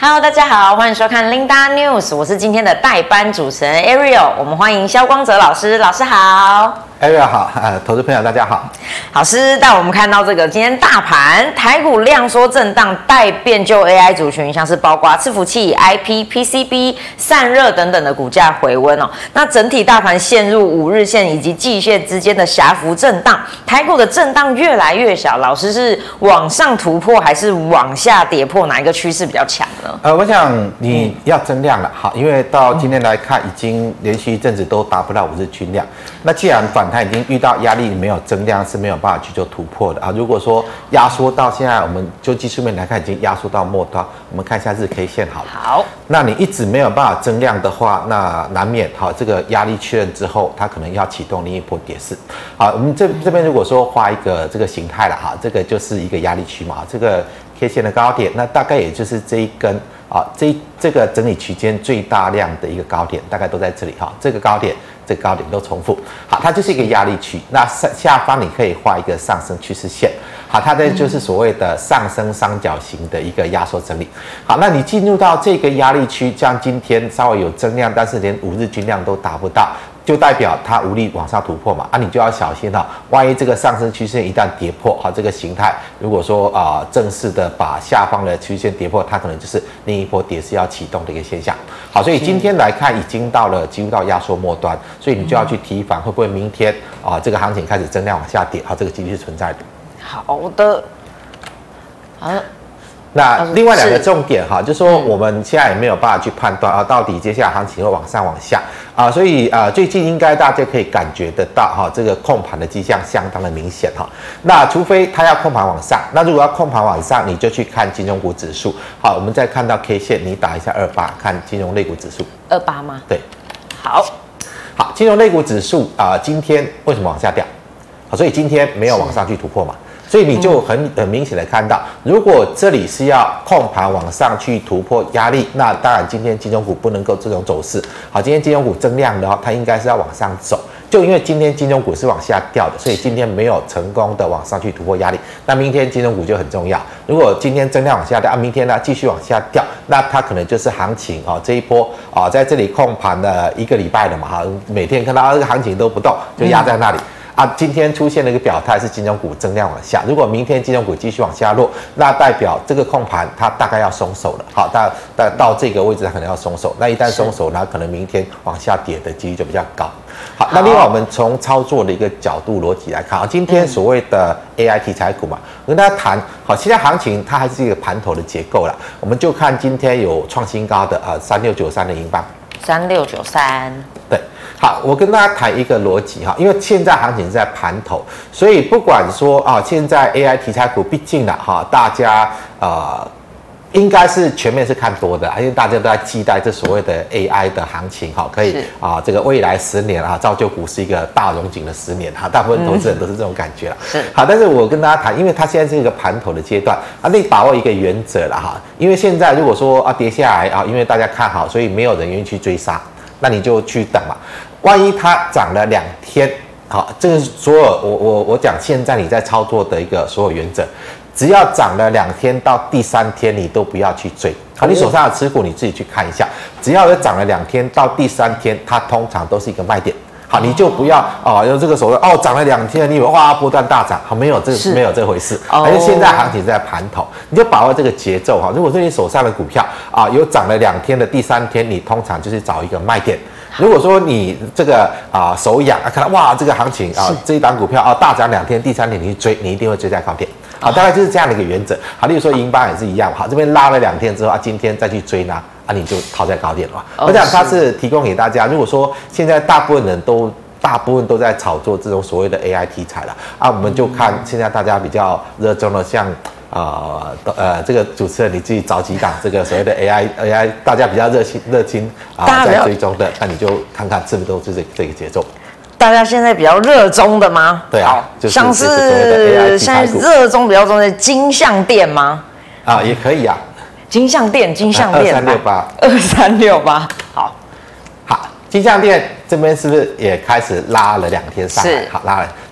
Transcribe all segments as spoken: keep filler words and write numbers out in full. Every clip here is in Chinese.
Hello， 大家好，欢迎收看 Linda News， 我是今天的代班主持人 Ariel， 我们欢迎萧光泽老师，老师好。 Ariel 好，呃，投资朋友大家好。 老师，带我们看到这个今天大盘台股量缩震荡，待变就 A I 族群，像是包括伺服器、I P、P C B、散热等等的股价回温哦。那整体大盘陷入五日线以及季线之间的狭幅震荡，台股的震荡越来越小。老师是往上突破还是往下跌破？哪一个趋势比较强呢？ 呃，我想你要增量了，好，因为到今天来看，已经连续一阵子都达不到五日均量。那既然反弹已经遇到压力，没有增量是没有办法去做突破的啊。如果说压缩到现在，我们就技术面来看，已经压缩到末端。我们看一下日 K 线好了。 好， 那你一直没有办法增量的话，那难免好这个压力确认之后，它可能要启动另一波跌势。好，我们这这边如果说画一个这个形态了哈，这个就是一个压力区嘛，这个 K 线的高点，那大概也就是这一根啊，这这个整理区间最大量的一个高点，大概都在这里哈，这个高点。这个高点都重复，好，它就是一个压力区。那下方你可以画一个上升趋势线，好，它这就是所谓的上升三角形的一个压缩整理。好，那你进入到这个压力区，像今天稍微有增量，但是连五日均量都达不到，就代表它无力往上突破嘛，啊，你就要小心哈，万一这个上升趋势线一旦跌破，好，这个形态如果说啊、呃、正式的把下方的趋势线跌破，它可能就是另一波跌势要启动的一个现象。好，所以今天来看，已经到了几乎到压缩末端，所以你就要去提防，会不会明天啊、呃、这个行情开始增量往下跌，好，这个几率是存在的。 好的，好的。 那另外两个重点哈，就是说我们现在也没有办法去判断啊，到底接下来行情会往上往下啊，所以啊，最近应该大家可以感觉得到哈，这个控盘的迹象相当的明显哈。那除非它要控盘往上，那如果要控盘往上，你就去看金融股指数。好，我们再看到 K 线，你打一下二八，看金融类股指数。 二八吗？ 对， 好， 好，金融类股指数啊、呃，今天为什么往下掉？好，所以今天没有往上去突破嘛。所以你就很很明显的看到，如果这里是要控盘往上去突破压力，那当然今天金融股不能够这种走势。好，今天金融股增量的话，它应该是要往上走。就因为今天金融股是往下掉的，所以今天没有成功的往上去突破压力。那明天金融股就很重要。如果今天增量往下掉，啊，明天呢继续往下掉，那它可能就是行情啊、哦、这一波啊、哦、在这里控盘了一个礼拜了嘛，哈，每天看到这个行情都不动，就压在那里。嗯啊，今天出现了一个表态是金融股增量往下，如果明天金融股继续往下落，那代表这个控盘它大概要松手了。好，到到到这个位置它可能要松手，那一旦松手，那可能明天往下跌的几率就比较高。好，那另外我们从操作的一个角度逻辑来看啊，今天所谓的 A I 题材股嘛，我跟大家谈，好，现在行情它还是一个盘头的结构啦，我们就看今天有创新高的呃三六九三的银邦， 三六九三， 对。好，我跟大家谈一个逻辑哈，因为现在行情是在盘头，所以不管说啊，现在 A I 题材股，毕竟呢哈，大家呃应该是全面是看多的，因为大家都在期待这所谓的 A I 的行情哈，可以啊这个未来十年啊造就股市一个大荣景的十年哈，大部分投资人都是这种感觉啦。是、嗯、好，但是我跟大家谈，因为它现在是一个盘头的阶段啊，你把握一个原则啦哈，因为现在如果说啊跌下来啊，因为大家看好，所以没有人愿意去追杀。那你就去等嘛，万一它涨了两天，好，这个所有我我我讲现在你在操作的一个所有原则，只要涨了两天到第三天，你都不要去追。好，你手上的持股你自己去看一下，只要有涨了两天到第三天，它通常都是一个卖点。好，你就不要哦，用这个手段哦，涨了两天，你以为哇波段大涨，好，没有这个没有这回事，而且现在行情在盘头，你就把握这个节奏哈。如果说你手上的股票啊有涨了两天的第三天，你通常就是找一个卖点。如果说你这个啊手痒啊，看到哇这个行情啊这一档股票啊大涨两天，第三天你去追，你一定会追在高点。好，大概就是这样的一个原则。好，例如说银邦也是一样，好，这边拉了两天之后啊，今天再去追呢。啊，你就套在高点了嘛。我想它是提供给大家，如果说现在大部分人都大部分都在炒作这种所谓的 A I 题材了啊，我们就看现在大家比较热衷的，像啊 呃, 呃这个主持人你自己找几档这个所谓的 A I A I 大家比较热心热心啊在追踪的，那你就看看是不是都是这这个节奏。 大家现在比较热衷的吗？ 对啊，就是像是现在热衷比较重的金像店吗？ 啊，也可以啊。 金像店，金像店， 二三六八， 二三六八，好， 好，金像店这边是不是也开始拉了两天上来？好，拉了，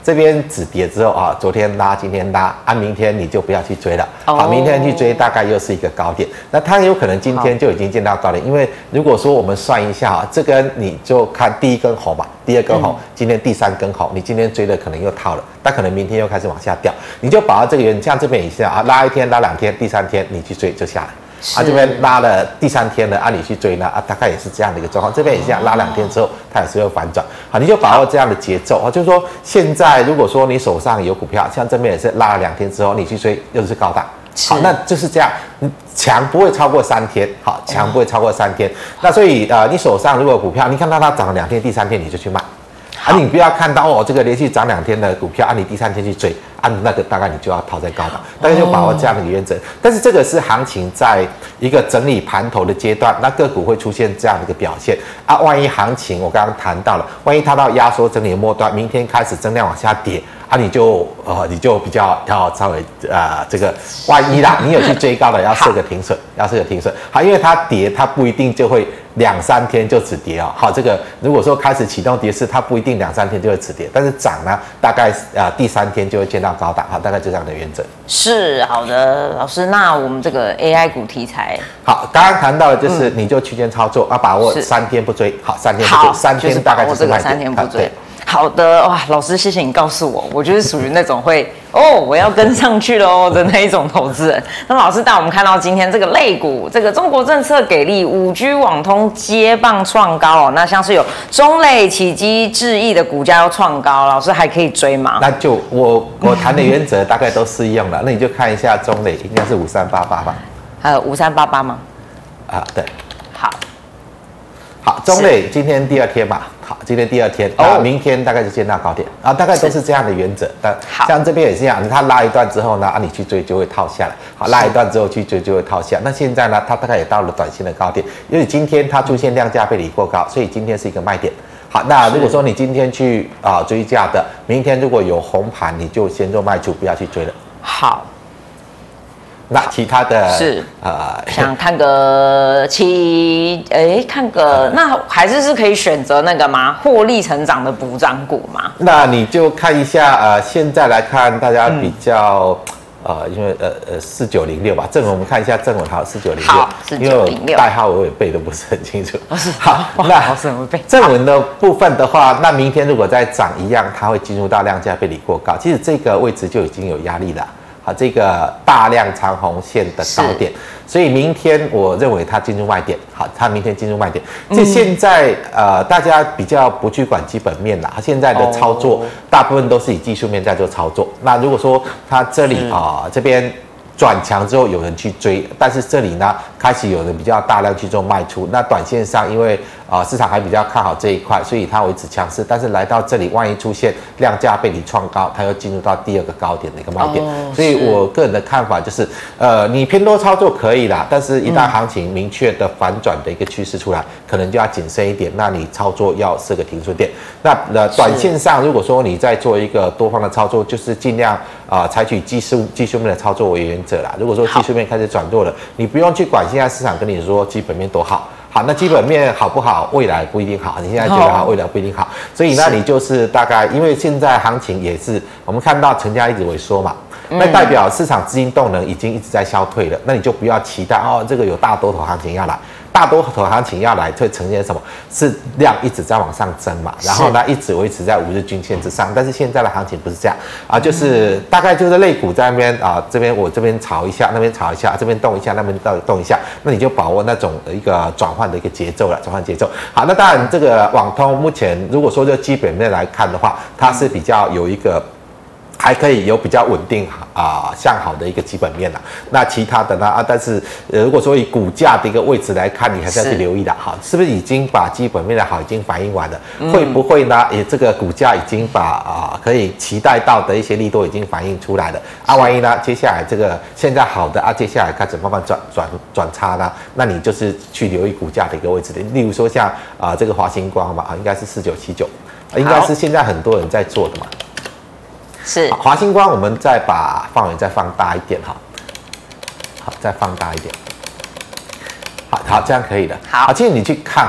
这边止跌之后啊，昨天拉，今天拉，啊，明天你就不要去追了。 哦、 好，明天去追大概又是一个高点，那它有可能今天就已经见到高点，因为如果说我们算一下啊，这根你就看第一根红嘛，第二根红，嗯、今天第三根红，你今天追的可能又套了，但可能明天又开始往下掉，你就把握这个原像这边一下啊，拉一天拉两天，第三天你去追就下来。啊，这边拉了第三天了，啊，你去追呢，啊，大概也是这样的一个状况。这边也这样拉两天之后，它也是会反转。好，你就把握这样的节奏啊，就是说现在如果说你手上有股票，像这边也是拉了两天之后，你去追又是高档。好，那就是这样，强不会超过三天，好，强不会超过三天。那所以呃，你手上如果有股票，你看到它涨了两天，第三天你就去卖。啊，你不要看到哦，这个连续涨两天的股票，啊，你第三天去追，啊，那个大概你就要套在高档，大概就把握这样的一个原则。但是这个是行情在一个整理盘头的阶段，那个股会出现这样的一个表现啊。万一行情我刚刚谈到了，万一它到压缩整理的末端，明天开始增量往下跌。啊，你就呃，你就比较要稍微啊、呃，这个万一啦，你有去追高的，要设个停损，要设个停损。好，因为它跌，它不一定就会两三天就止跌哦。好，这个如果说开始启动跌势，它不一定两三天就会止跌，但是涨呢，大概啊、呃、第三天就会见到高档，好，大概就这样的原则。 是好的，老师，那我们这个 A I 股题材， 好，刚刚谈到的就是你就区间操作，要、嗯啊、把握三天不追，好，三天不追，三天大概就是卖点， 三天不追。好的哇，老师，谢谢你告诉我，我就是属于那种会哦，我要跟上去喽的那一种投资人。那么老师带我们看到今天这个类股，这个中国政策给力，五 G 网通接棒创高哦。那像是有中磊、启基、智毅的股价要创高，老师还可以追吗？ 那就我我谈的原则大概都适用了。那你就看一下中磊，应该是五三八八吧？ 还有五三八八吗？ 啊，对。 好。 好，中磊今天第二天嘛，好，今天第二天，啊、哦，明天大概就见到高点啊，大概都是这样的原则。但像这边也是一样，它拉一段之后呢，啊，你去追就会套下来，好，拉一段之后去追就会套下。那现在呢，它大概也到了短线的高点，因为今天它出现量价背离过高，所以今天是一个卖点。好，那如果说你今天去啊、呃、追价的，明天如果有红盘，你就先做卖出，不要去追了。 好。 那其他的是呃， 想看个七，哎，看个那还是是可以选择那个吗？获利成长的补涨股吗？ 那你就看一下，呃，现在来看大家比较，嗯、呃，因为呃呃四九零六吧，正文我们看一下正文好四九零六，因为我代号我也背得不是很清楚。好，那正文的部分的话，那明天如果再涨一样，它会进入到量价背离过高，其实这个位置就已经有压力了。好，这个大量长红线的高点，所以明天我认为它进入卖点。好，它明天进入卖点。这现在、嗯、呃，大家比较不去管基本面啦，现在的操作、哦、大部分都是以技术面在做操作。那如果说它这里啊、呃、这边转强之后有人去追，但是这里呢开始有人比较大量去做卖出。那短线上因为啊、呃、市场还比较看好这一块，所以它维持强势。但是来到这里，万一出现量价背离创高，它又进入到第二个高点的一个卖点。哦、所以我个人的看法就是，呃，你偏多操作可以啦，但是一旦行情明确的反转的一个趋势出来，嗯、可能就要谨慎一点。那你操作要设个停损点。那呃，短线上如果说你在做一个多方的操作，就是尽量啊、呃、采取技术技术面的操作为原则啦。如果说技术面开始转弱了，你不用去管现在市场跟你说基本面多好。好，那基本面好不好？未来不一定好。你现在觉得好，未来不一定好。所以那你就是大概，因为现在行情也是我们看到成交一直萎缩嘛，那代表市场资金动能已经一直在消退了。那你就不要期待哦，这个有大多头行情要来。大多头行情要来，会呈现什么？是量一直在往上增嘛，然后呢一直维持在五日均线之上。但是现在的行情不是这样啊，就是大概就是类股在那边啊，这边我这边炒一下，那边炒一下，这边动一下，那边动动一下，那你就把握那种一个转换的一个节奏了，转换节奏。好，那当然这个网通目前如果说就基本面来看的话，它是比较有一个。还可以有比较稳定啊、呃、向好的一个基本面啦。那其他的呢啊，但是、呃、如果说以股价的一个位置来看，你还是要去留意的哈，是不是已经把基本面的好已经反映完了？嗯、会不会呢？也这个股价已经把啊、呃、可以期待到的一些利多已经反映出来了啊？万一呢？接下来这个现在好的啊，接下来开始慢慢转转转差呢？那你就是去留意股价的一个位置的。例如说像啊、呃、这个华星光嘛，应该是四九七九，应该是现在很多人在做的嘛。 是华星光，我们再把范围再放大一点哈，好，再放大一点，好好，这样可以的。 好， 其实你去看哈，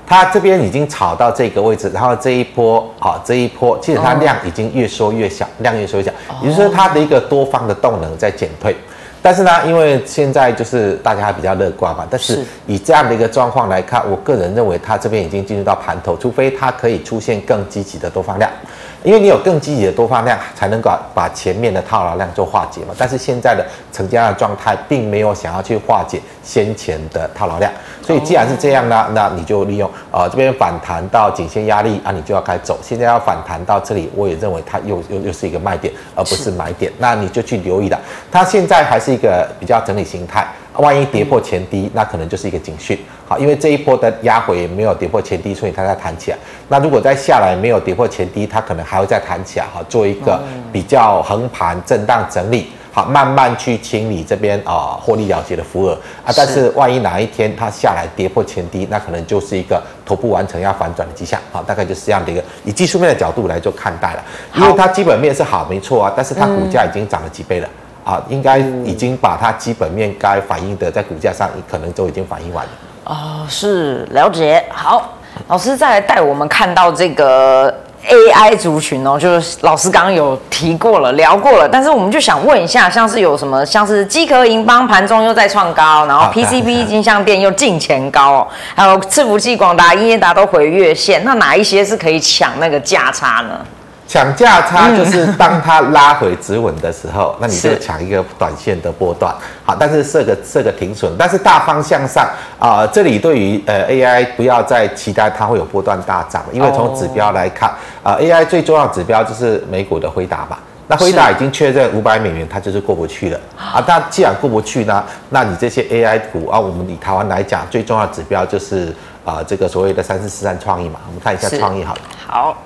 它这边已经炒到这个位置，然后这一波，好，这一波，其实它量已经越缩越小，量越缩越小，也就是说它的一个多方的动能在减退。但是呢，因为现在就是大家还比较乐观嘛，但是以这样的一个状况来看，我个人认为它这边已经进入到盘头，除非它可以出现更积极的多方量，因为你有更积极的多方量，才能够把前面的套牢量做化解嘛。但是现在的成交量的状态并没有想要去化解先前的套牢量，所以既然是这样呢，那你就利用呃这边反弹到颈线压力啊，你就要开始走。现在要反弹到这里，我也认为它又又又是一个卖点，而不是买点。那你就去留意了，它现在还是一个比较整理形态，万一跌破前低，那可能就是一个警讯。好，因为这一波的压回也没有跌破前低，所以它在弹起来。那如果再下来没有跌破前低，它可能还会再弹起来，好，做一个比较横盘震荡整理。好，慢慢去清理这边啊获利了结的浮额啊，但是万一哪一天它下来跌破前低，那可能就是一个头部完成要反转的迹象。好，大概就是这样的一个以技术面的角度来做看待了，因为它基本面是好没错啊，但是它股价已经涨了几倍了。嗯啊，应该已经把它基本面该反映的在股价上，可能都已经反映完了。 哦，是了解。好，老师再来带我们看到这个 A I 族群哦，就是老师刚刚有提过了、聊过了，但是我们就想问一下，像是有什么，像是机壳银邦盘中又在创高，然后 P C B 金像电又近前高哦，还有伺服器广达、英业达都回月线，那哪一些是可以抢那个价差呢？ 抢价差就是当它拉回止稳的时候，那你就抢一个短线的波段，好，但是设个设个停损，但是大方向上啊、呃，这里对于呃 A I 不要再期待它会有波段大涨，因为从指标来看，啊、呃、A I 最重要的指标就是美股的辉达吧。那辉达已经确认五百美元，它就是过不去了啊。那既然过不去呢，那你这些 A I 股啊，我们以台湾来讲，最重要的指标就是啊、呃、这个所谓的三四四三创意嘛。我们看一下创意好了。 好。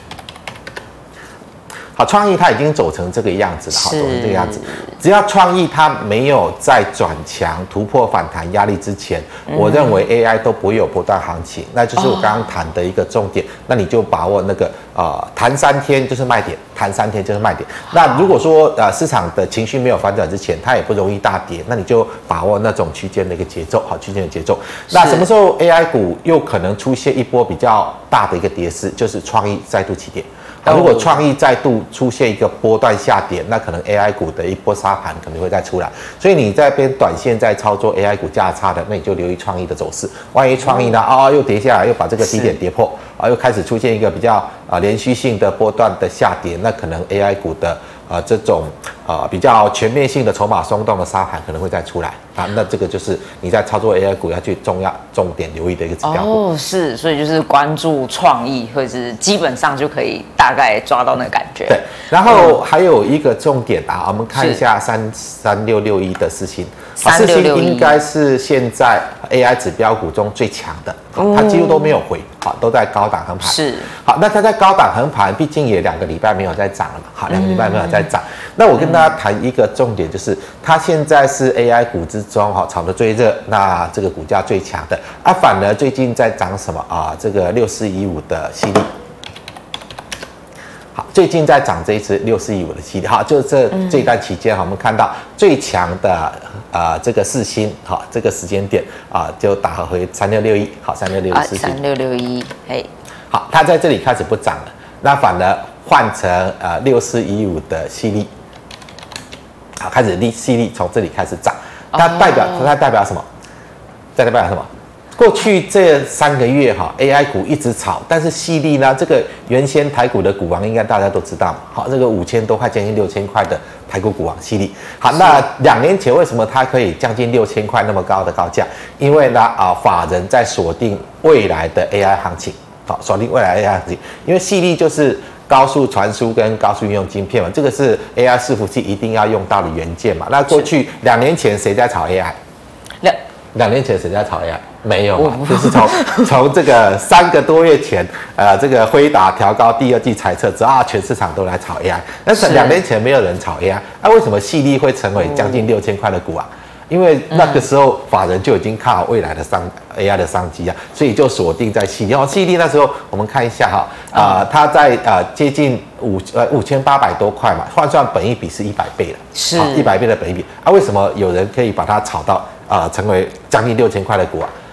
好，创意它已经走成这个样子了，好，走成这个样子。只要创意它没有在转强、突破反弹压力之前，嗯、我认为 A I 都不会有波段行情，那就是我刚刚谈的一个重点。哦、那你就把握那个呃，弹三天就是卖点，弹三天就是卖点。那如果说呃市场的情绪没有反转之前，它也不容易大跌，那你就把握那种区间的一个节奏，好，区间的节奏。那什么时候 A I 股又可能出现一波比较大的一个跌势，就是创意再度起跌。如果创意再度出现一个波段下跌，那可能 A I 股的一波杀盘可能会再出来。所以你在边短线在操作 A I 股价差的，那你就留意创意的走势。万一创意呢啊、哦、又跌下来，又把这个低点跌破啊，又开始出现一个比较啊连续性的波段的下跌，那可能 A I 股的呃这种呃比较全面性的筹码松动的杀盘可能会再出来啊。那这个就是你在操作 A I 股要去重要重点留意的一个指标股。 哦，是，所以就是关注创意，或者是基本上就可以大概抓到那个感觉。 对，然后还有一个重点啊，我们看一下三三六六一的世芯，世芯应该是现在 A I 指标股中最强的，它几乎都没有回，好，都在高档横盘。 是， 好，那它在高档横盘，毕竟也两个礼拜没有再涨了嘛，好，两个礼拜没有再涨。嗯、那我跟大家谈一个重点，就是它现在是 A I 股之中哈炒得最热，那这个股价最强的啊，反而最近在涨什么啊？这个六四一五的犀利。好，最近在涨这一支六四一五的系列，好，就这这一段期间，哈，我们看到最强的呃这个世芯，好，这个时间点啊，就打回三六六一，好，三六六一世芯， 三六六一，嘿， 好，它在这里开始不涨了，那反而换成呃六四一五的犀利，好，开始利犀利从这里开始涨，它代表它代表什么？这代表什么？过去这三个月哈 ，A I 股一直炒，但是细粒呢，这个原先台股的股王应该大家都知道嘛，好，这个五千多块将近六千块的台股股王细粒，好，那两年前为什么它可以将近六千块那么高的高价？因为呢啊，法人在锁定未来的 A I 行情，好，锁定未来 A I 行情，因为细粒就是高速传输跟高速运用晶片嘛，这个是 A I 伺服器一定要用到的元件嘛。那过去两年前谁在炒 A I？ 两两年前谁在炒 A I？没有嘛，就是从从这个三个多月前，呃，这个辉达调高第二季财测，之后啊，全市场都来炒 A I。但是两年前没有人炒 A I， 那、啊、为什么细粒会成为将近六千块的股啊？因为那个时候法人就已经看好未来的商 A I 的商机啊，所以就锁定在细粒。然后细粒那时候我们看一下哈，啊、呃，它在呃接近五呃五千八百多块嘛，换算本益比是一百倍了， 是一百倍的本益比啊。为什么有人可以把它炒到啊、呃、成为将近六千块的股啊？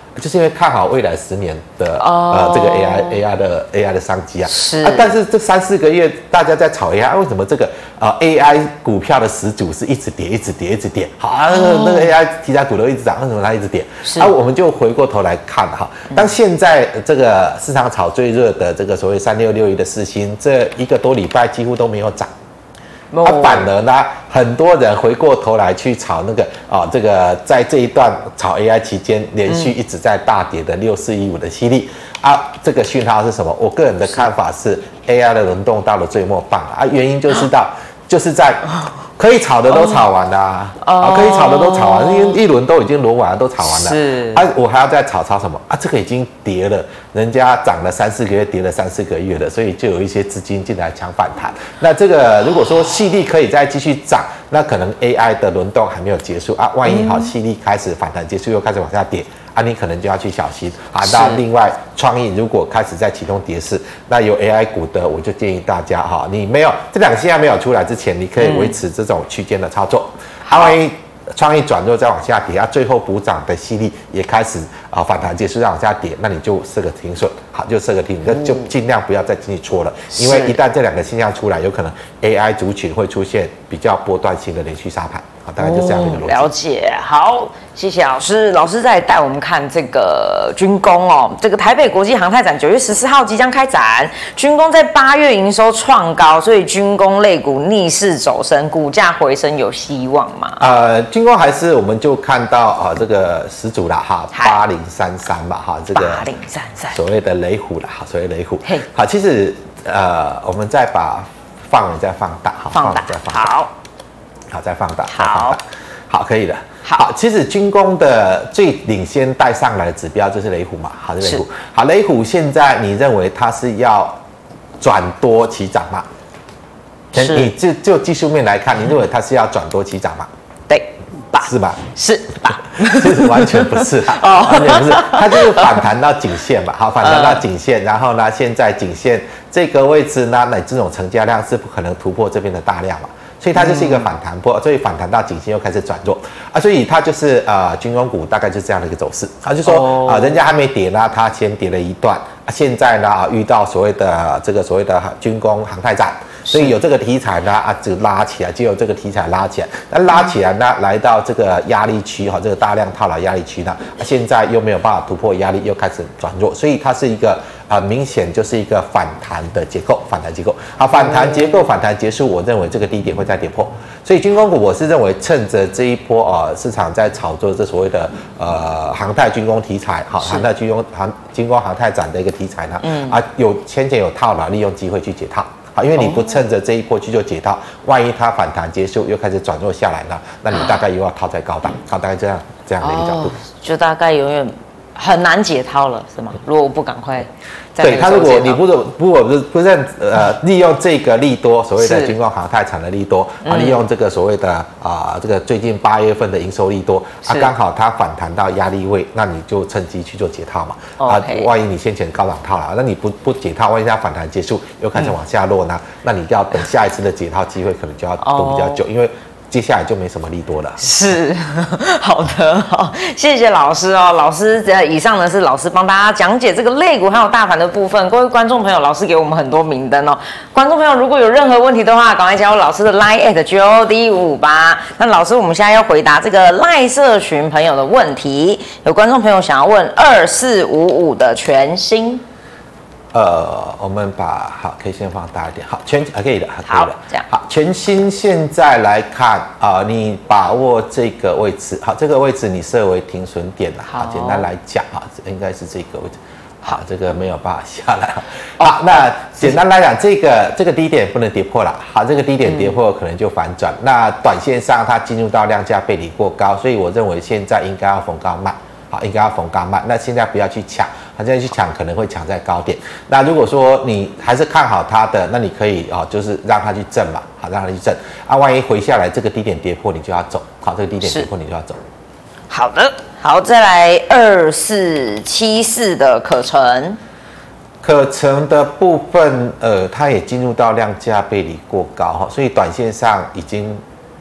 就是因为看好未来十年的、oh. 呃这个 A I A I 的 A I 的商机啊， 是啊，但是这三四个月大家在炒 A I， 为什么这个呃 A I 股票的始祖是一直跌，一直跌，一直跌？好啊，那个、oh. 那个 A I 题材股都一直涨，为什么它一直跌？啊，我们就回过头来看哈，当现在这个市场炒最热的这个所谓三六六一的世芯，这一个多礼拜几乎都没有涨。它、啊、反而呢，很多人回过头来去炒那个啊、哦，这个在这一段炒 A I 期间，连续一直在大跌的六四一五的犀利啊，这个讯号是什么？我个人的看法是 A I 的轮动到了最末棒啊，原因就是到就是在可以炒的都炒完了啊，啊可以炒的都炒完了，因为一轮都已经轮完了，都炒完了， 是啊，我还要再炒炒什么啊？这个已经跌了，人家涨了三四个月，跌了三四个月了，所以就有一些资金进来抢反弹。那这个如果说细粒可以再继续涨，那可能 A I 的轮动还没有结束啊，万一好细粒开始反弹结束又开始往下跌。啊，你可能就要去小心啊。那另外，创意如果开始在启动跌势，那有 A I 股的，我就建议大家哈，你没有这两个现在没有出来之前，你可以维持这种区间的操作。啊，万一创意转弱再往下跌，啊，最后补涨的犀利也开始啊反弹结束再往下跌，那你就设个停损，好，就设个停，那就尽量不要再进去戳了，因为一旦这两个现象出来，有可能 A I 族群会出现比较波段性的连续杀盘。大概就这样的一个逻辑。 了解，好，谢谢老师。老师再带我们看这个军工哦，这个台北国际航太展九月十四号即将开展，军工在八月营收创高，所以军工类股逆势走升，股价回升有希望吗？ 呃，军工还是我们就看到啊、呃，这个始祖啦哈，八零三三嘛哈，这个八零三三所谓的雷虎啦，好，所谓雷虎。好，其实呃，我们再把范围再放大，好， 放大， 再放大， 好。 好，再放大， 好， 再放大好，可以了。 好， 好，其实军工的最领先带上来的指标就是雷虎嘛，好，是雷虎。好，雷虎现在你认为它是要转多起涨吗？是。你就就技术面来看，你认为它是要转多起涨吗？ 对吧？ 是吧？ 是吧？ 其实完全不是啦，哦，完全不是，它就是反弹到颈线嘛，好，反弹到颈线，然后呢，现在颈线这个位置呢，那这种成交量是不可能突破这边的大量嘛。所以它就是一个反弹波，所以反弹到颈线又开始转弱啊，所以它就是呃军工股大概就是这样的一个走势啊，就说啊、呃、人家还没跌呢，它先跌了一段啊，现在呢啊遇到所谓的这个所谓的军工航太展，所以有这个题材呢啊就拉起来，就有这个题材拉起来，那拉起来呢来到这个压力区哈，这个大量套牢压力区呢，啊、现在又没有办法突破压力，又开始转弱，所以它是一个。啊，明显就是一个反弹的结构，反弹结构。好，反弹结构反弹结束，我认为这个低点会再跌破。所以军工股，我是认为趁着这一波啊、呃，市场在炒作这所谓的呃航太军工题材，好，航太军工航军工航太展的一个题材呢，嗯啊有先前有套牢，利用机会去解套。好，因为你不趁着这一波去做解套，万一它反弹结束又开始转弱下来呢，那你大概又要套在高档，好，大概这样这样的一个角度，哦、 就大概永远。很难解套了，是吗？如果我不赶快， 对他，如果你不不不不不认呃利用这个利多，所谓的军工航太产的利多啊，利用这个所谓的啊、呃、这个最近八月份的营收利多啊，刚好它反弹到压力位，那你就趁机去做解套嘛。啊，万一你先前高档套了，那你不不解套，万一它反弹结束又开始往下落呢？嗯、那你就要等下一次的解套机会，可能就要都比较久，因为。接下来就没什么利多了。 是，好的，好，谢谢老师哦。老师，呃，以上呢是老师帮大家讲解这个类股还有大盘的部分。各位观众朋友，老师给我们很多明灯哦。观众朋友如果有任何问题的话，赶快加入老师的 Line at G O D 五五八。那老师，我们现在要回答这个赖社群朋友的问题。有观众朋友想要问二四五五的全新。 呃，我们把好，可以先放大一点，好，全啊可以的，可以的， 这样好，全新现在来看啊、呃，你把握这个位置，好，这个位置你设为停损点了，好，简单来讲啊，应该是这个位置，好，这个没有办法下来，好，哦、那简单来讲，这个这个低点不能跌破了，好，这个低点跌破可能就反转，嗯、那短线上它进入到量价背离过高，所以我认为现在应该要逢高卖。好，应该要逢高卖。那现在不要去抢，他现在去抢可能会抢在高点。那如果说你还是看好它的，那你可以啊、哦，就是让它去震嘛，好，让它去震。啊，万一回下来这个低点跌破，你就要走。好，这个低点跌破你就要走。 好的，好，再来二四七四的可成。 可成的部分，呃，它也进入到量价背离过高哈，所以短线上已经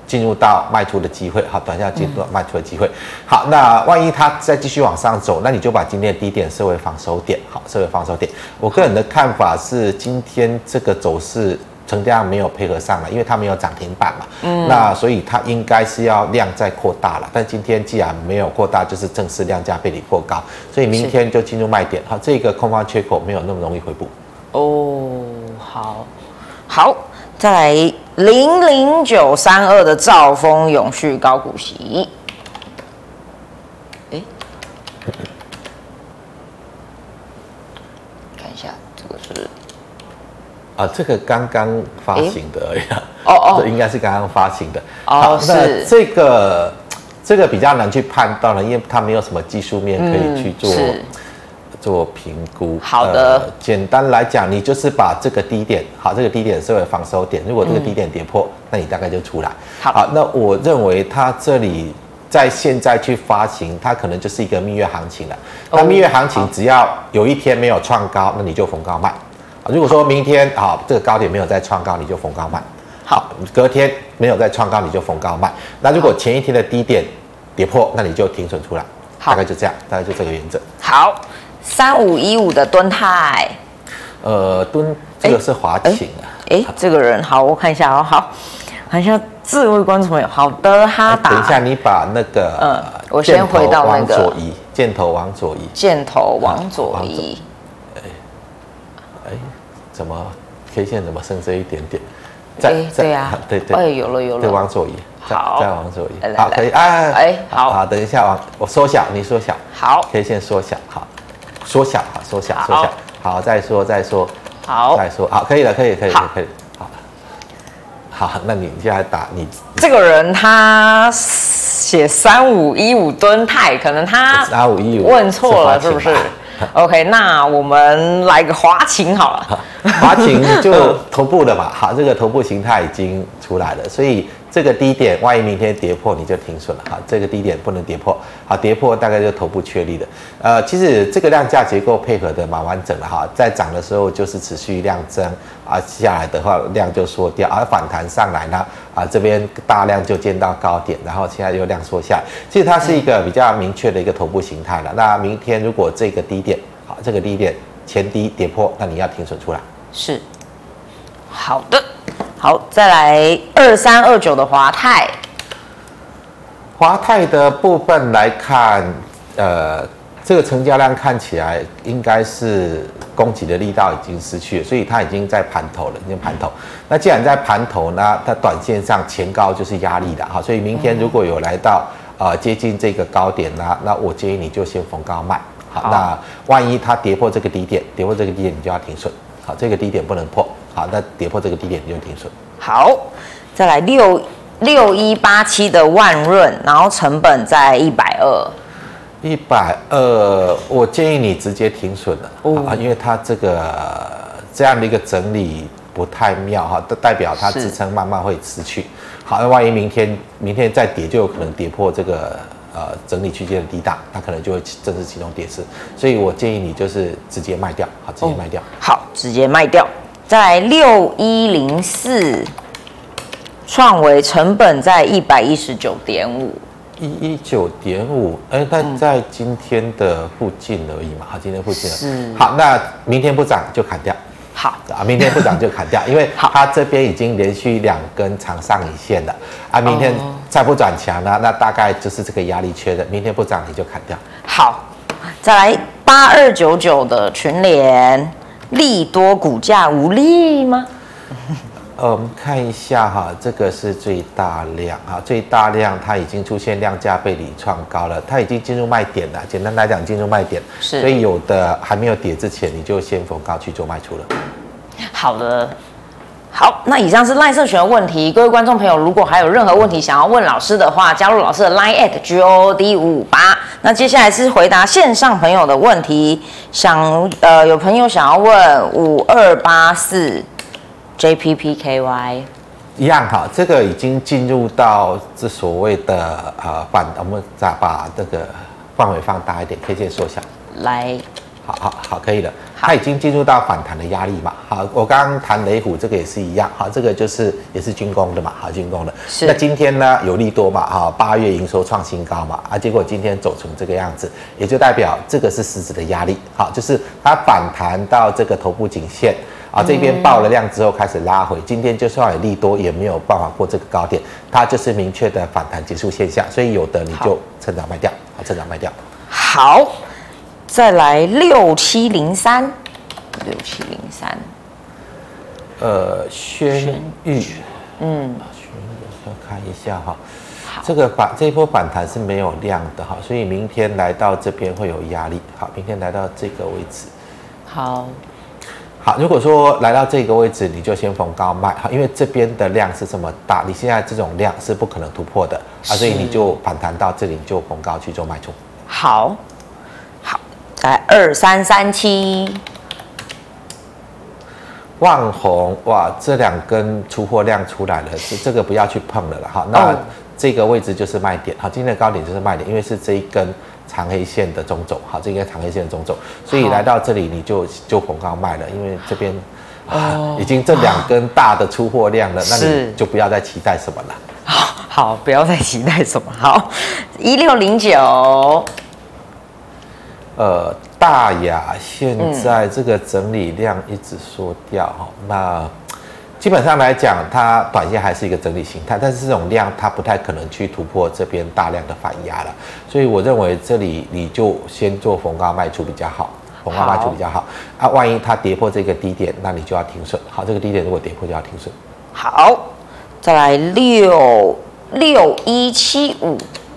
进入到卖出的机会，好，短线进入到卖出的机会。好，那万一它再继续往上走，那你就把今天的低点设为防守点，好，设为防守点。我个人的看法是，今天这个走势成交量没有配合上来，因为它没有涨停板嘛，嗯，那所以它应该是要量再扩大了。但今天既然没有扩大，就是正式量价背离过高，所以明天就进入卖点。好，这个空方缺口没有那么容易回补。哦， 好，好。再来零零九三二的兆丰永续高股息，哎，看一下这个是啊，这个刚刚发行的而已啊， 哦哦， 这应该是刚刚发行的。 哦，是这个这个比较难去判断了，因为它没有什么技术面可以去做。嗯做评估。 好的、呃， 简单来讲，你就是把这个低点，好，这个低点设为防守点。如果这个低点跌破，嗯、那你大概就出来。 好， 好，那我认为它这里在现在去发行，它可能就是一个蜜月行情了。那蜜月行情只要有一天没有创高，那你就逢高卖。如果说明天好这个高点没有再创高，你就逢高卖。好，隔天没有再创高，你就逢高卖。那如果前一天的低点跌破，那你就停损出来。大概就这样，大概就这个原则。 好。三五一五的敦泰， 呃，敦这个是华勤啊。 哎、欸欸，这个人好，我看一下哦。好，看一下这位观众朋友。好的，哈达。 等一下，你把那个嗯，我先回到那个左移，箭头往左移， 箭头往左移。 哎哎，怎么 K 线怎么剩这一点点？在欸、对呀、啊， 对对， 哎，有了有了， 对，往左移。 好， 再往左移。好，可以啊。 哎，好， 好，等一下往我缩小，你缩小。 好 ，K 线缩小，好。缩小，好，缩小，缩小，好，再说，再说， 好， 再说，好，可以了，可以，可以，可以，好，好，那你现在打你这个人，他写三五一五敦泰，可能他三五一五问错了，是不是 ？OK， 那我们来个华勤好了， 华勤就头部的嘛，好，这个头部形态已经出来了，所以。这个低点，万一明天跌破，你就停损了哈。这个低点不能跌破，好，跌破大概就头部确立的。呃，其实这个量价结构配合的蛮完整了哈，在涨的时候就是持续量增啊，下来的话量就缩掉，而反弹上来呢啊，这边大量就见到高点，然后现在又量缩下来，其实它是一个比较明确的一个头部形态了。那明天如果这个低点，好，这个低点前低跌破，那你要停损出来。 是，好的。好，再来二三二九的华泰。 华泰的部分来看，呃，这个成交量看起来应该是攻击的力道已经失去了，所以它已经在盘头了，已经盘头。那既然在盘头呢，它短线上前高就是压力的哈，所以明天如果有来到呃接近这个高点呢，那我建议你就先逢高卖。好，好那万一它跌破这个低点，跌破这个低点你就要停损。好，这个低点不能破。好，那跌破这个低点你就停损。 好，再来六六一八七的万润，然后成本在一百二。 一百二，我建议你直接停损了、哦、啊，因为它这个这样的一个整理不太妙哈，代表它支撑慢慢会失去。好，那万一明天明天再跌，就有可能跌破这个呃整理区间的低档，它可能就会正式启动跌势。所以我建议你就是直接卖掉，好，直接卖掉。 哦、好，直接卖掉。再来六一零四，创维成本在一百一十九点五， 一一九点五，哎，但在今天的附近而已嘛，好，今天附近是好，那明天不涨就砍掉， 好啊，明天不涨就砍掉，因为它这边已经连续两根长上影线了，啊，明天再不转强呢，那大概就是这个压力缺的，明天不涨你就砍掉。 好，再来八二九九的群联。利多股价无力吗？ 呃，我们看一下哈，这个是最大量啊，最大量它已经出现量价背离创高了，它已经进入卖点了。简单来讲，进入卖点， 是， 所以有的还没有跌之前，你就先逢高去做卖出了。 好的。好，那以上是赖社群的问题。各位观众朋友，如果还有任何问题想要问老师的话，加入老师的 Line at G O D 五五八。那接下来是回答线上朋友的问题。想呃，有朋友想要问五二八四 J P P K Y， 一样哈，这个已经进入到这所谓的呃反，我们再把这个范围放大一点，K 线缩小。 来， 好好好，可以了。 它已经进入到反弹的压力嘛。好，我刚刚谈雷虎这个也是一样，好，这个就是也是军工的嘛，好，军工的。 是。 那今天呢有利多嘛，哈，八月营收创新高嘛，啊，结果今天走成这个样子，也就代表这个是实质的压力，好，就是它反弹到这个头部颈线。啊，这边爆了量之后开始拉回，今天就算有利多也没有办法过这个高点，它就是明确的反弹结束现象，所以有的你就趁早卖掉，好，趁早卖掉。 好，再来六七零三，六七零三， 呃，轩玉，嗯，轩玉，我看一下哈，这个反这一波反弹是没有量的哈，所以明天来到这边会有压力，好，明天来到这个位置， 好。 好，如果说来到这个位置，你就先逢高卖，好，因为这边的量是这么大，你现在这种量是不可能突破的啊，所以你就反弹到这里，你就逢高去做卖出。 好，好，来二三三七， 旺宏，哇，这两根出货量出来了，这这个不要去碰了啦，好，那这个位置就是卖点，好，今天的高点就是卖点，因为是这一根长黑线的中轴，好，这个长黑线的中轴，所以来到这里你就就逢高卖了，因为这边、啊、已经这两根大的出货量了，那你就不要再期待什么了。 好，好，不要再期待什么。好，一六零九， 呃，大雅现在这个整理量一直缩掉哈、嗯，那基本上来讲，它短线还是一个整理形态，但是这种量它不太可能去突破这边大量的反压了，所以我认为这里你就先做逢高卖出比较好，逢高卖出比较好啊。万一它跌破这个低点，那你就要停损。好，这个低点如果跌破就要停损。 好，再来六六一七五，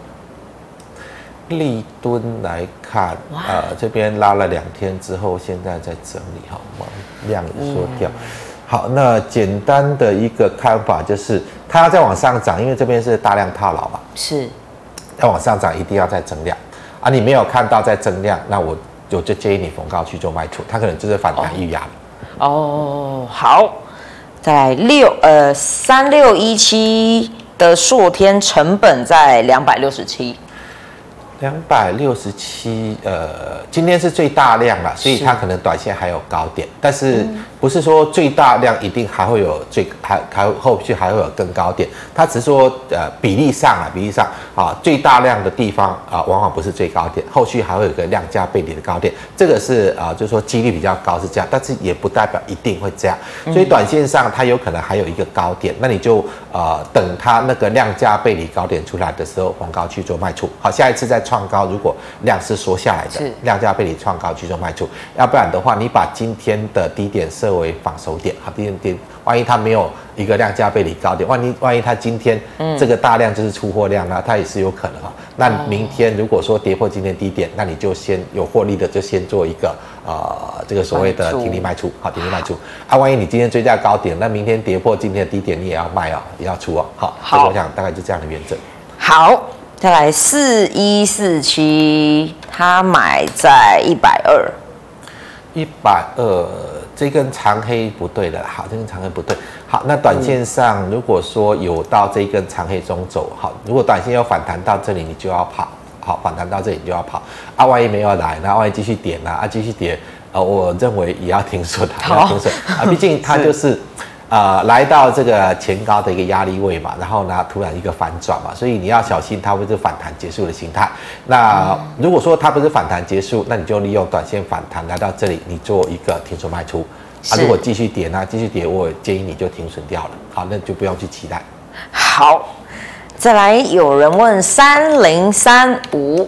立敦来看，呃，这边拉了两天之后，现在在整理，好，量缩掉。嗯好，那简单的一个看法就是，它要再往上涨，因为这边是大量套牢嘛， 是， 要往上涨一定要再增量啊！你没有看到在增量，那我我就建议你逢高去做卖出，它可能就是反弹预压了。 哦，好，再来六呃三六一七的硕天成本在两百六十七。 两百六十七，呃，今天是最大量了，所以它可能短线还有高点，但是不是说最大量一定还会有最还还后续还会有更高点，它只是说呃比例上啊，比例上啊最大量的地方啊，往往不是最高点，后续还会有一个量价背离的高点，这个是啊，就是说几率比较高是这样，但是也不代表一定会这样，所以短线上它有可能还有一个高点，那你就呃等它那个量价背离高点出来的时候，逢高去做卖出，好，下一次再创高，如果量是缩下来的，量价背离创高去做卖出，要不然的话，你把今天的低点设为防守点，好，低点点，万一它没有一个量价背离高点，万一万一它今天这个大量就是出货量呢，它也是有可能啊。那明天如果说跌破今天低点，那你就先有获利的就先做一个呃这个所谓的停利卖出，好，停利卖出。啊，万一你今天追价高点，那明天跌破今天的低点，你也要卖哦，也要出哦，好，好，这个我想大概就这样的原则。 好。再来四一四七，他买在一百二， 一百二，这根长黑不对了，好，这根长黑不对。好，那短线上如果说有到这一根长黑中轴，好，如果短线要反弹到这里，你就要跑，好，反弹到这里你就要跑。啊，万一没有来，那万一继续跌呢？啊，继续跌，呃，我认为也要停损，也要停损啊，毕竟它就是。呃，来到这个前高的一个压力位嘛，然后呢，突然一个反转嘛，所以你要小心它会是反弹结束的形态。那如果说它不是反弹结束，那你就利用短线反弹来到这里，你做一个停损卖出。啊，如果继续跌呢，继续跌，我建议你就停损掉了。好，那就不用去期待。 好，再来有人问三零三五，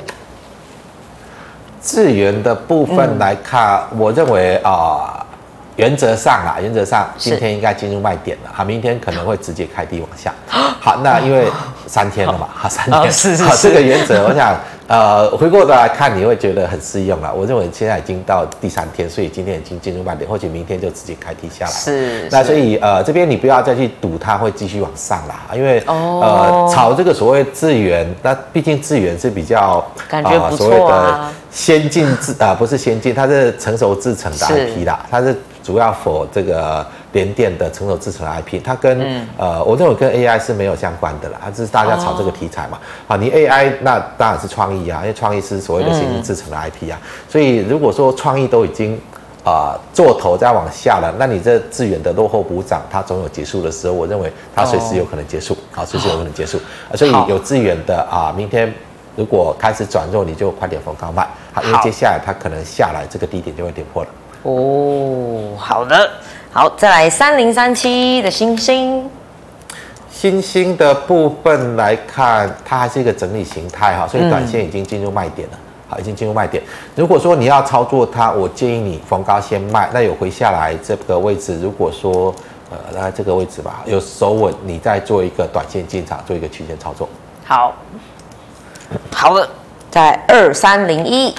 智原的部分来看，嗯、我认为啊。呃原则上啦，原则上今天应该进入卖点了，好，明天可能会直接开低往下。好，那因为三天了嘛，好，三天， 是是好，这个原则，我想，呃，回过头来看，你会觉得很适用了。我认为现在已经到第三天，所以今天已经进入卖点，或许明天就直接开低下来。 是， 那所以呃，这边你不要再去赌它会继续往上啦，因为、哦、呃，炒这个所谓智原，那毕竟智原是比较感觉不错啊， 呃、所谓的先进制啊、呃，不是先进，它是成熟制程的 I P 啦，它是。主要 for 这个联电的成熟制程 I P， 它跟、嗯、呃，我认为跟 A I 是没有相关的啦，它只是大家炒这个题材嘛。好、哦，你 A I 那当然是创意啊，因为创意是所谓的先进制程的 I P 啊，嗯、所以如果说创意都已经啊、呃、做头再往下了，那你这资源的落后补涨，它总有结束的时候。我认为它随时有可能结束，好、哦，随时有可能结束。啊，所以有资源的啊，明天如果开始转弱，你就快点逢高卖。好，因为接下来它可能下来，这个低点就会跌破了。 哦，好的，好，再来三零三七的星星。 新兴的部分来看，它还是一个整理形态哈，所以短线已经进入卖点了。好，已经进入卖点。如果说你要操作它，我建议你逢高先卖，那有回下来这个位置，如果说呃大概这个位置吧，有守稳，你再做一个短线进场，做一个区间操作。 好，好的，在二三零一，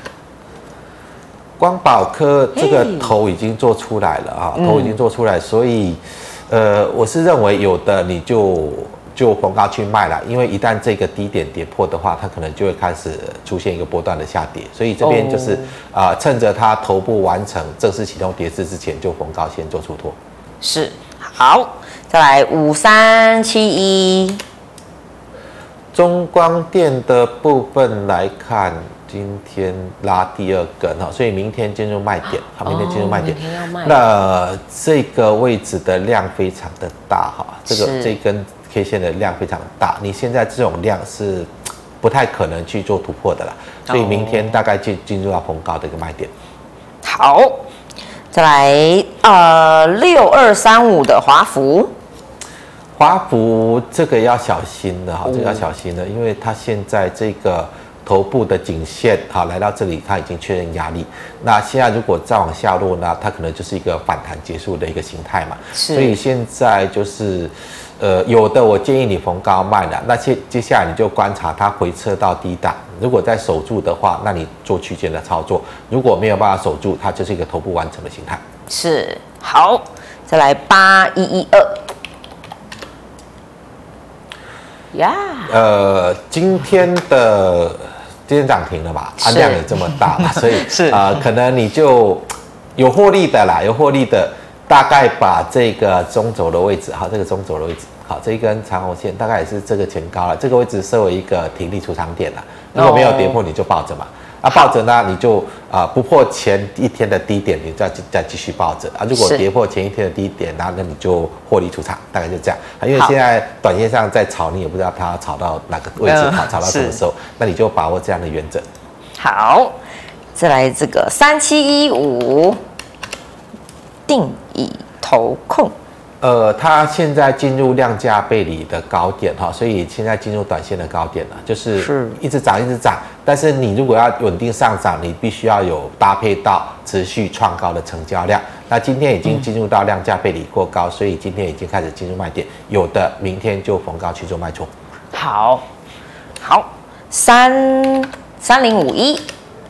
光宝科这个头已经做出来了啊，头已经做出来，所以呃，我是认为有的你就。就逢高去卖了，因为一旦这个低点跌破的话，它可能就会开始出现一个波段的下跌，所以这边就是啊、oh. 呃，趁着它头部完成正式启动跌势之前，就逢高先做出脱。 是，好，再来五三七一， 中光电的部分来看，今天拉第二根哈，所以明天进入卖点，好，明天进入卖点。 哦、明天要卖。 那这个位置的量非常的大哈，这个这根。K 线的量非常大，你现在这种量是不太可能去做突破的啦，所以明天大概进进入到逢高的一个卖点。 好，再来呃六二三五的华孚， 华孚这个要小心的哈，这个要小心的，因为它现在这个头部的颈线好来到这里，它已经确认压力。那现在如果再往下落呢，它可能就是一个反弹结束的一个形态嘛，所以现在就是。呃，有的我建议你逢高卖了，那接接下来你就观察它回撤到低档，如果再守住的话，那你做区间的操作；如果没有办法守住，它就是一个头部完成的形态。 是，好，再来八一一二，呀， 呃，今天的今天涨停了吧？啊，量也这么大嘛，所以是啊、呃，可能你就有获利的啦，有获利的。大概把这个中轴的位置，好，这个中轴的位置，好，这一根长红线大概也是这个前高了，这个位置设为一个停利出场点了。如果没有跌破，你就抱着嘛。啊，抱着呢，你就啊、呃、不破前一天的低点，你再再继续抱着啊。如果跌破前一天的低点，那那你就获利出场，大概就这样啊。因为现在短线上在炒，你也不知道它炒到哪个位置，炒炒到什么时候，那你就把握这样的原则。 好，再来这个三七一五。定以投控， 呃，它现在进入量价背离的高点哈，所以现在进入短线的高点了，就是一直涨一直涨。但是你如果要稳定上涨，你必须要有搭配到持续创高的成交量。那今天已经进入到量价背离过高，所以今天已经开始进入卖点，有的明天就逢高去做卖出。 好，好，三三零五一。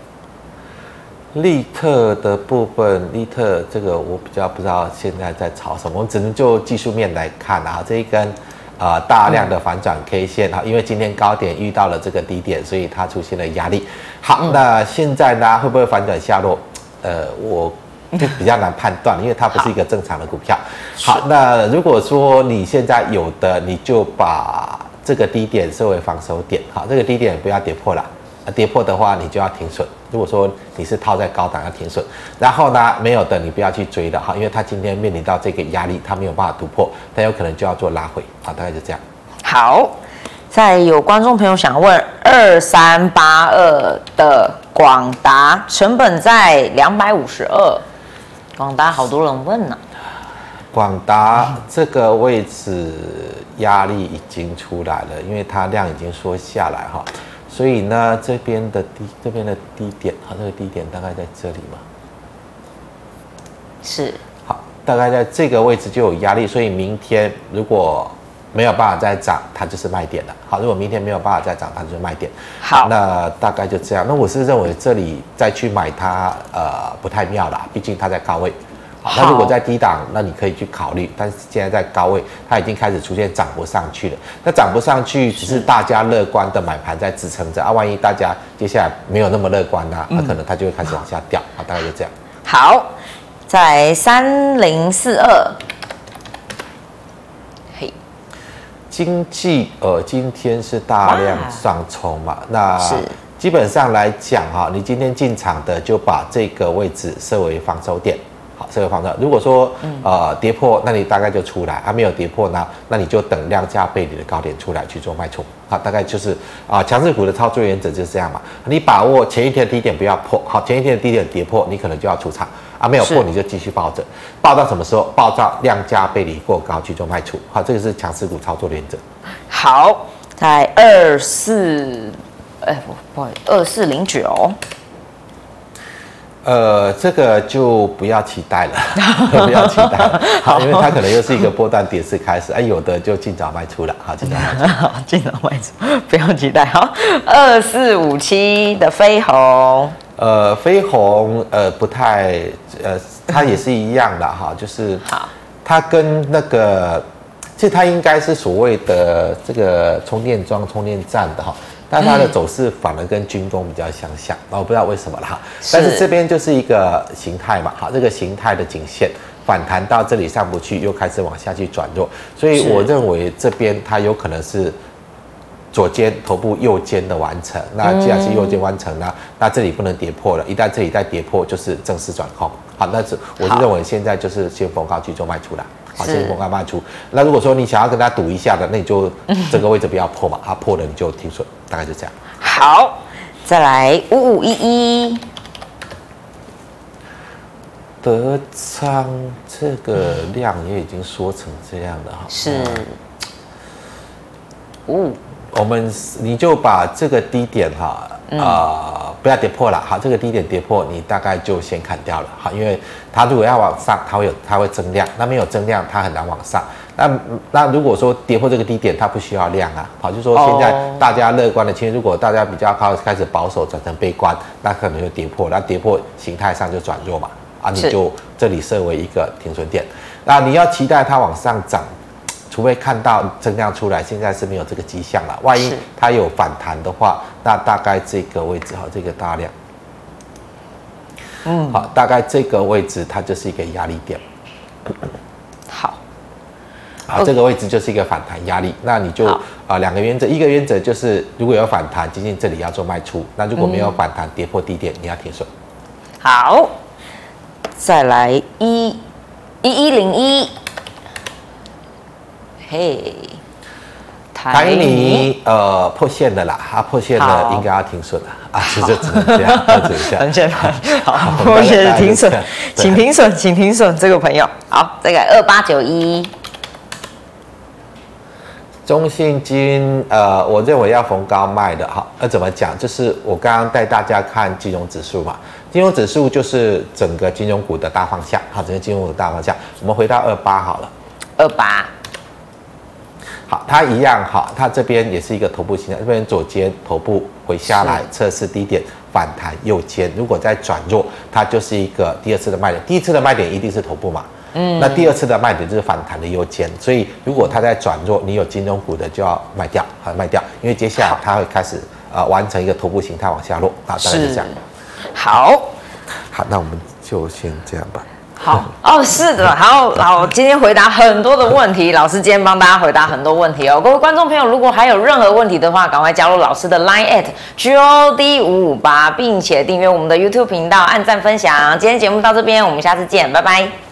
利特的部分，利特这个我比较不知道现在在炒什么，我们只能就技术面来看啊，这一根啊、呃、大量的反转 K 线哈，因为今天高点遇到了这个低点，所以它出现了压力。好，嗯、那现在呢会不会反转下落？呃，我就比较难判断，因为它不是一个正常的股票。好，那如果说你现在有的，你就把这个低点设为防守点，好，这个低点不要跌破了。跌破的话，你就要停损。如果说你是套在高档，要停损。然后呢，没有的你不要去追的哈，因为它今天面临到这个压力，它没有办法突破，它有可能就要做拉回啊，大概就这样。 好，再有观众朋友想问二三八二的广达，成本在两百五十二，广达好多人问呢、啊。 广达这个位置压力已经出来了，因为它量已经缩下来哈。所以呢，这边的低这边的低点，好，这个低点大概在这里嘛， 是， 好，大概在这个位置就有压力，所以明天如果没有办法再涨，它就是卖点了。好，如果明天没有办法再涨，它就是卖点。 好， 那大概就这样。那我是认为这里再去买它，呃，不太妙啦，毕竟它在高位。那如果在低档，那你可以去考虑，但是现在在高位，它已经开始出现涨不上去了。那涨不上去，只是大家乐观的买盘在支撑着啊。万一大家接下来没有那么乐观呢、啊，那可能它就会开始往下掉啊。大概就这样。 好，在三零四二，嘿， 经济呃，今天是大量上冲嘛，那基本上来讲哈，你今天进场的就把这个位置设为防守点。好，设为防守。如果说呃跌破，那你大概就出来；还、啊、没有跌破呢，那你就等量价背离的高点出来去做卖出。好，大概就是啊强势股的操作原则就是这样嘛。你把握前一天的低点不要破，好，前一天的低点跌破，你可能就要出场啊；没有破你就继续抱着，抱到什么时候？抱到量价背离过高去做卖出。好，这个是强势股操作的原则。 好，在二四，哎，不好意思，二四零九。 呃，这个就不要期待了，不要期待了，好，因为它可能又是一个波段跌势开始，哎，有的就尽早卖出了，好，尽早卖出， 好，尽早卖出，不要期待。好，二四五七的飞鸿， 呃，飞鸿，呃，不太，呃，它也是一样的哈，就是好，它跟那个，其实它应该是所谓的这个充电桩、充电站的哈。但它的走势反而跟军工比较相像，我不知道为什么啦。但是这边就是一个形态嘛，好，这个形态的颈线反弹到这里上不去，又开始往下去转弱，所以我认为这边它有可能是左肩头部右肩的完成。那既然是右肩完成呢，嗯、那这里不能跌破了，一旦这里再跌破，就是正式转空。好，那是我是认为现在就是先逢高去做卖出啦。好，先逢高卖出。那如果说你想要跟他赌一下的，那你就这个位置不要破嘛，它、啊、破了你就停损，大概就这样。 好，再来五五一一， 德昌这个量也已经缩成这样了哈。 是。五、 我们你就把这个低点哈。嗯、呃，不要跌破了，好，这个低点跌破，你大概就先砍掉了，好，因为它如果要往上，它会有它会增量，那没有增量，它很难往上。那那如果说跌破这个低点，它不需要量啊，好，就说现在大家乐观的情绪，如果大家比较开始保守转成悲观，那可能就跌破，那跌破形态上就转弱嘛，啊，你就这里设为一个停损点，那你要期待它往上涨。除非看到增量出来，现在是没有这个迹象了。万一它有反弹的话，那大概这个位置哈，这个大量，嗯，好，大概这个位置它就是一个压力点。 好， 好，这个位置就是一个反弹压力。那你就啊两、呃、个原则，一个原则就是如果有反弹，接近这里要做卖出；那如果没有反弹，跌破低点，你要停损。 好，再来一一一零一。嘿， 台泥呃破线了啦，它、啊、破线了应该要停损了啊，其实只能这样，只能这样。 很简单，好，破线停损，请停损，请停损，这个朋友，好，这个二八九一， 中信金呃，我认为要逢高卖的，好，那怎么讲？就是我刚刚带大家看金融指数嘛，金融指数就是整个金融股的大方向，好，整个金融股的大方向，我们回到二八好了， 二八。 好，它一样好，它这边也是一个头部形态，这边左肩头部回下来测试低点反弹右肩，如果再转弱，它就是一个第二次的卖点。第一次的卖点一定是头部嘛，嗯，那第二次的卖点就是反弹的右肩，所以如果它在转弱，你有金融股的就要卖掉，好卖掉，因为接下来它会开始呃完成一个头部形态往下落，啊，大概是这样。 好， 好，那我们就先这样吧。 好哦，是的，好，好，今天回答很多的问题，老师今天帮大家回答很多问题哦。各位观众朋友，如果还有任何问题的话，赶快加入老师的 Line at G O D 五五八，并且订阅我们的 YouTube 频道，按赞分享。今天节目到这边，我们下次见，拜拜。